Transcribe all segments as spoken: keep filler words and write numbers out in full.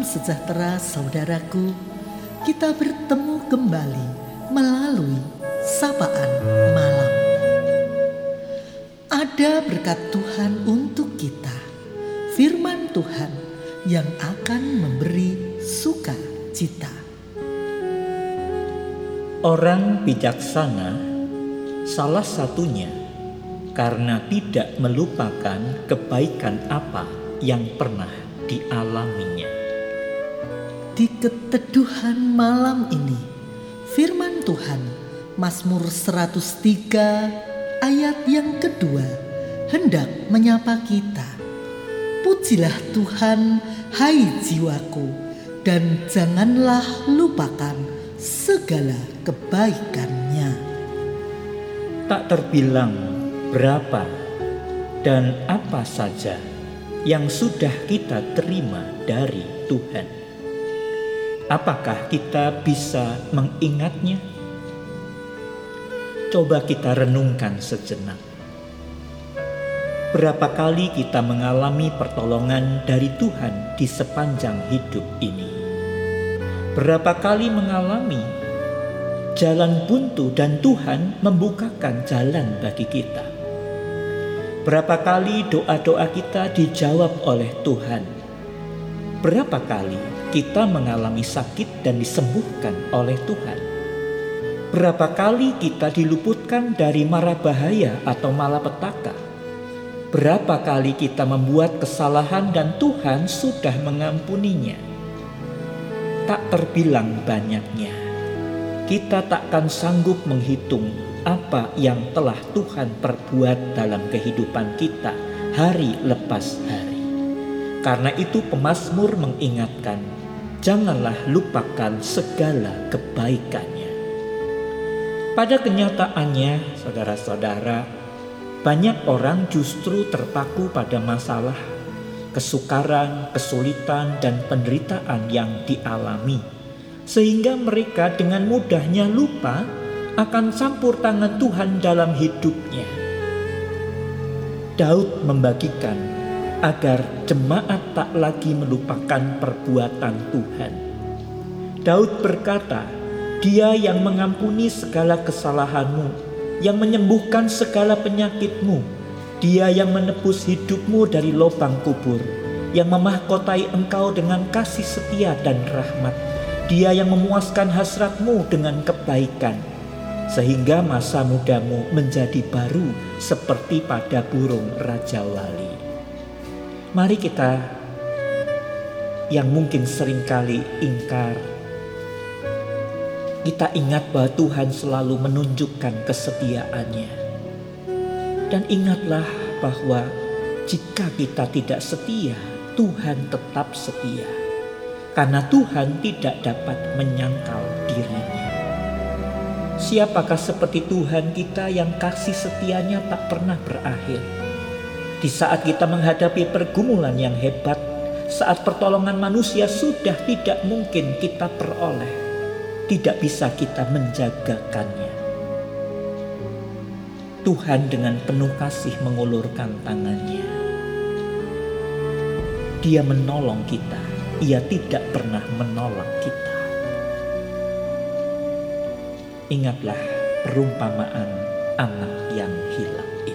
sejahtera saudaraku, kita bertemu kembali melalui sapaan malam. Ada berkat Tuhan untuk kita, firman Tuhan yang akan memberi sukacita. Orang bijaksana salah satunya karena tidak melupakan kebaikan apa yang pernah dialaminya. Di keteduhan malam ini, firman Tuhan Mazmur seratus tiga ayat yang kedua hendak menyapa kita. Pujilah Tuhan, hai jiwaku, dan janganlah lupakan segala kebaikannya. Tak terbilang berapa dan apa saja yang sudah kita terima dari Tuhan. Apakah kita bisa mengingatnya? Coba kita renungkan sejenak. Berapa kali kita mengalami pertolongan dari Tuhan di sepanjang hidup ini? Berapa kali mengalami jalan buntu dan Tuhan membukakan jalan bagi kita? Berapa kali doa-doa kita dijawab oleh Tuhan? Berapa kali kita mengalami sakit dan disembuhkan oleh Tuhan? Berapa kali kita diluputkan dari mara bahaya atau malapetaka? Berapa kali kita membuat kesalahan dan Tuhan sudah mengampuninya? Tak terbilang banyaknya. Kita takkan sanggup menghitung apa yang telah Tuhan perbuat dalam kehidupan kita hari lepas hari. Karena itu pemazmur mengingatkan, janganlah lupakan segala kebaikannya. Pada kenyataannya, saudara-saudara, banyak orang justru terpaku pada masalah, kesukaran, kesulitan, dan penderitaan yang dialami, sehingga mereka dengan mudahnya lupa akan campur tangan Tuhan dalam hidupnya. Daud membagikan agar jemaat tak lagi melupakan perbuatan Tuhan. Daud berkata, Dia yang mengampuni segala kesalahanmu, yang menyembuhkan segala penyakitmu, Dia yang menebus hidupmu dari lubang kubur, yang memahkotai engkau dengan kasih setia dan rahmat, Dia yang memuaskan hasratmu dengan kebaikan, sehingga masa mudamu menjadi baru seperti pada burung Raja Wali. Mari kita yang mungkin seringkali ingkar, kita ingat bahwa Tuhan selalu menunjukkan kesetiaannya. Dan ingatlah bahwa jika kita tidak setia, Tuhan tetap setia. Karena Tuhan tidak dapat menyangkal dirinya. Siapakah seperti Tuhan kita yang kasih setianya tak pernah berakhir? Di saat kita menghadapi pergumulan yang hebat, saat pertolongan manusia sudah tidak mungkin kita peroleh, tidak bisa kita menjagakannya. Tuhan dengan penuh kasih mengulurkan tangannya. Dia menolong kita, Ia tidak pernah menolak kita. Ingatlah perumpamaan anak yang hilang itu.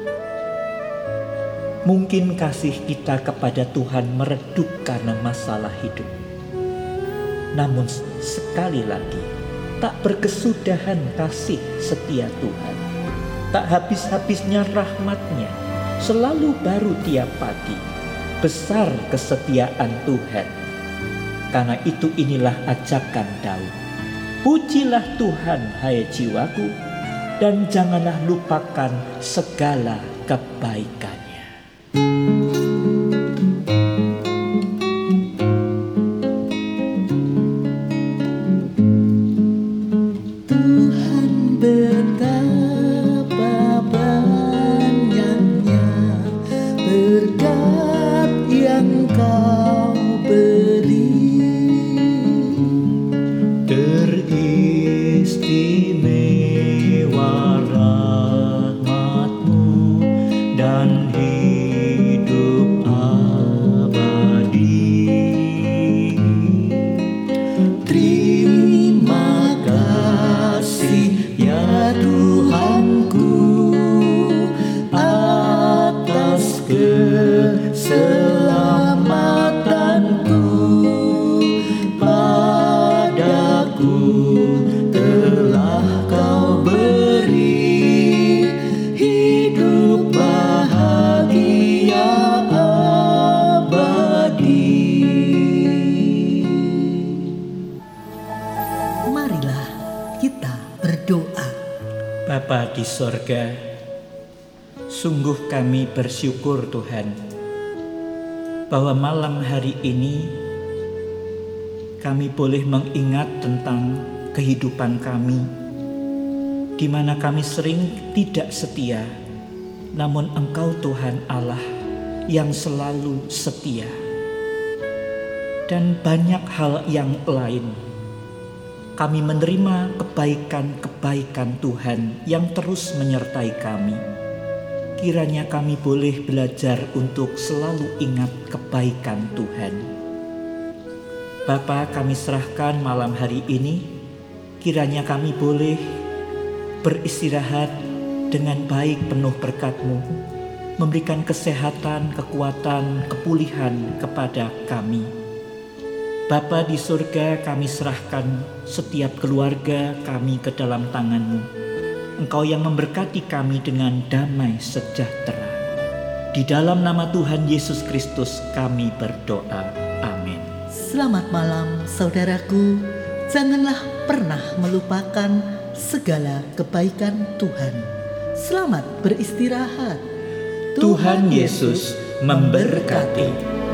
Mungkin kasih kita kepada Tuhan meredup karena masalah hidup. Namun sekali lagi, tak berkesudahan kasih setia Tuhan. Tak habis-habisnya rahmat-Nya, selalu baru tiap pagi. Besar kesetiaan Tuhan. Karena itu inilah ajakan Daud. Pujilah Tuhan, hai jiwaku, dan janganlah lupakan segala kebaikannya. Teristimewa rahmat-Mu dan hidup abadi. Bapa di sorga, sungguh kami bersyukur Tuhan, bahwa malam hari ini kami boleh mengingat tentang kehidupan kami, di mana kami sering tidak setia, namun Engkau Tuhan Allah yang selalu setia. Dan banyak hal yang lain. Kami menerima kebaikan-kebaikan Tuhan yang terus menyertai kami. Kiranya kami boleh belajar untuk selalu ingat kebaikan Tuhan. Bapa, kami serahkan malam hari ini, kiranya kami boleh beristirahat dengan baik penuh berkat-Mu, memberikan kesehatan, kekuatan, kepulihan kepada kami. Bapa di surga, kami serahkan setiap keluarga kami ke dalam tangan-Mu. Engkau yang memberkati kami dengan damai sejahtera. Di dalam nama Tuhan Yesus Kristus kami berdoa. Amin. Selamat malam saudaraku. Janganlah pernah melupakan segala kebaikan Tuhan. Selamat beristirahat. Tuhan Yesus memberkati.